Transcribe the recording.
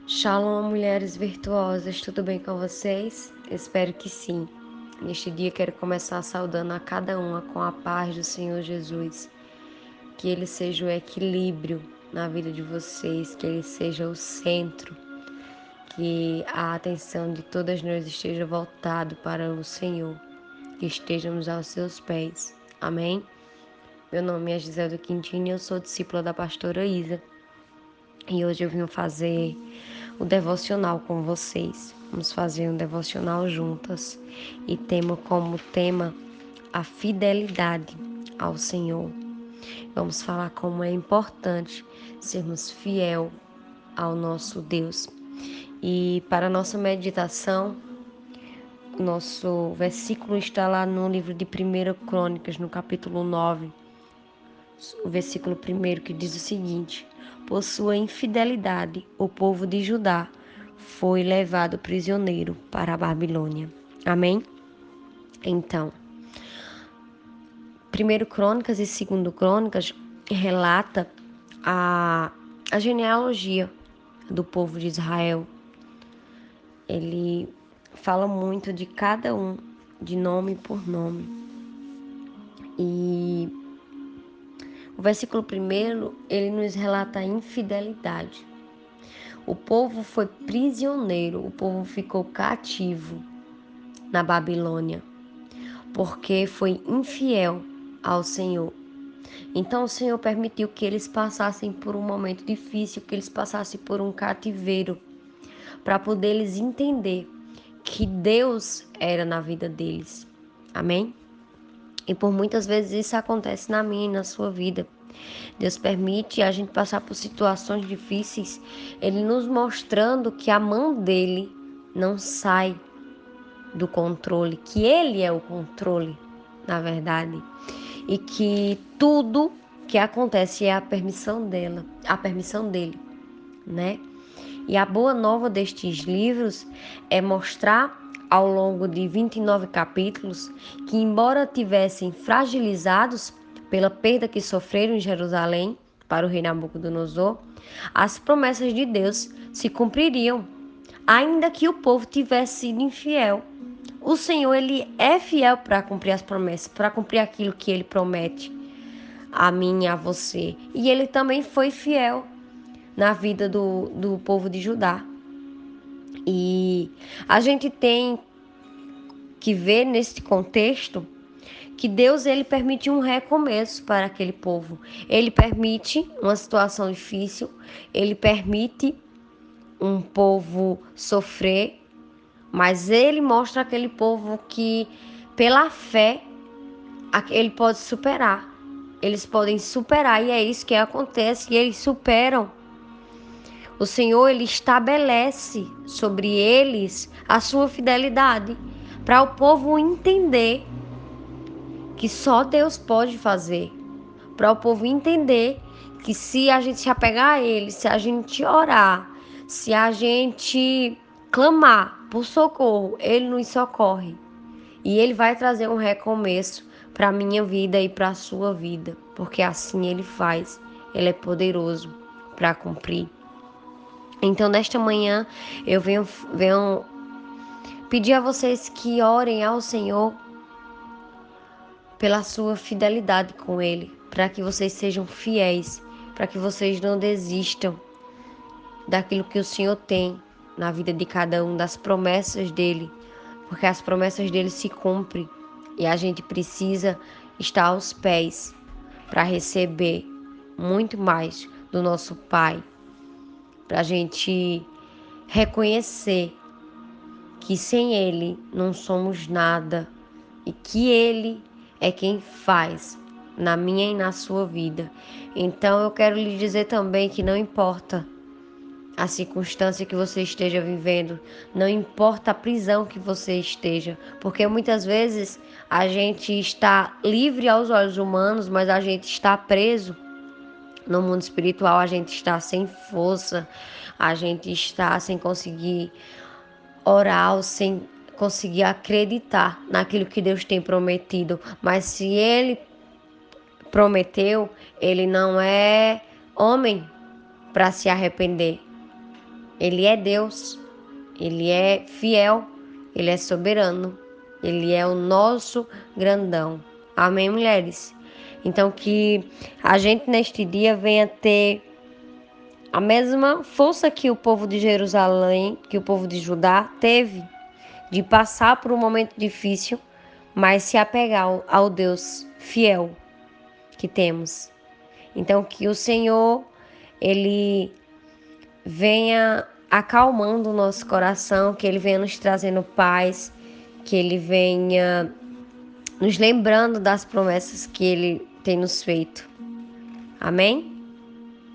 Shalom, mulheres virtuosas, tudo bem com vocês? Espero que sim. Neste dia quero começar saudando a cada uma com a paz do Senhor Jesus. Que Ele seja o equilíbrio na vida de vocês, que Ele seja o centro, que a atenção de todas nós esteja voltado para o Senhor, que estejamos aos seus pés. Amém? Meu nome é Gisele Quintini, eu sou discípula da pastora Isa. E hoje eu vim fazer o devocional com vocês. Vamos fazer um devocional juntas e temos como tema a fidelidade ao Senhor. Vamos falar como é importante sermos fiel ao nosso Deus. E para a nossa meditação, o nosso versículo está lá no livro de 1 Crônicas, no capítulo 9, o versículo 1 que diz o seguinte: por sua infidelidade, o povo de Judá foi levado prisioneiro para a Babilônia. Amém? Então, 1 Crônicas e 2 Crônicas relata a genealogia do povo de Israel. Ele fala muito de cada um, de nome por nome. E o versículo 1, ele nos relata a infidelidade. O povo foi prisioneiro, o povo ficou cativo na Babilônia, porque foi infiel ao Senhor. Então o Senhor permitiu que eles passassem por um momento difícil, que eles passassem por um cativeiro, para poder eles entender que Deus era na vida deles. Amém? E por muitas vezes isso acontece na minha e na sua vida. Deus permite a gente passar por situações difíceis, Ele nos mostrando que a mão dele não sai do controle, que Ele é o controle, na verdade, e que tudo que acontece é a permissão dele, né? E a boa nova destes livros é mostrar ao longo de 29 capítulos que, embora tivessem fragilizados pela perda que sofreram em Jerusalém para o rei Nabucodonosor, as promessas de Deus se cumpririam, ainda que o povo tivesse sido infiel. O Senhor, ele é fiel para cumprir as promessas, para cumprir aquilo que ele promete a mim e a você. E ele também foi fiel na vida do povo de Judá. E a gente tem que ver nesse contexto que Deus, ele permite um recomeço para aquele povo. Ele permite uma situação difícil, ele permite um povo sofrer, mas ele mostra aquele povo que, pela fé, ele pode superar. Eles podem superar, e é isso que acontece, e eles superam. O Senhor, ele estabelece sobre eles a sua fidelidade, para o povo entender que só Deus pode fazer, para o povo entender que se a gente se apegar a Ele, se a gente orar, se a gente clamar por socorro, Ele nos socorre. E Ele vai trazer um recomeço para a minha vida e para a sua vida, porque assim Ele faz. Ele é poderoso para cumprir. Então, nesta manhã, eu venho pedir a vocês que orem ao Senhor pela sua fidelidade com Ele, para que vocês sejam fiéis, para que vocês não desistam daquilo que o Senhor tem na vida de cada um, das promessas dEle, porque as promessas dEle se cumprem e a gente precisa estar aos pés para receber muito mais do nosso Pai, para a gente reconhecer que sem Ele não somos nada e que Ele é quem faz na minha e na sua vida. Então eu quero lhe dizer também que não importa a circunstância que você esteja vivendo, não importa a prisão que você esteja, porque muitas vezes a gente está livre aos olhos humanos, mas a gente está preso no mundo espiritual, a gente está sem força, a gente está sem conseguir orar, sem conseguir acreditar naquilo que Deus tem prometido. Mas se Ele prometeu, Ele não é homem para se arrepender. Ele é Deus, Ele é fiel, Ele é soberano, Ele é o nosso grandão. Amém, mulheres? Então, que a gente neste dia venha ter a mesma força que o povo de Jerusalém, que o povo de Judá teve, de passar por um momento difícil, mas se apegar ao Deus fiel que temos. Então, que o Senhor, Ele venha acalmando o nosso coração, que Ele venha nos trazendo paz, que Ele venha nos lembrando das promessas que Ele tem nos feito. Amém?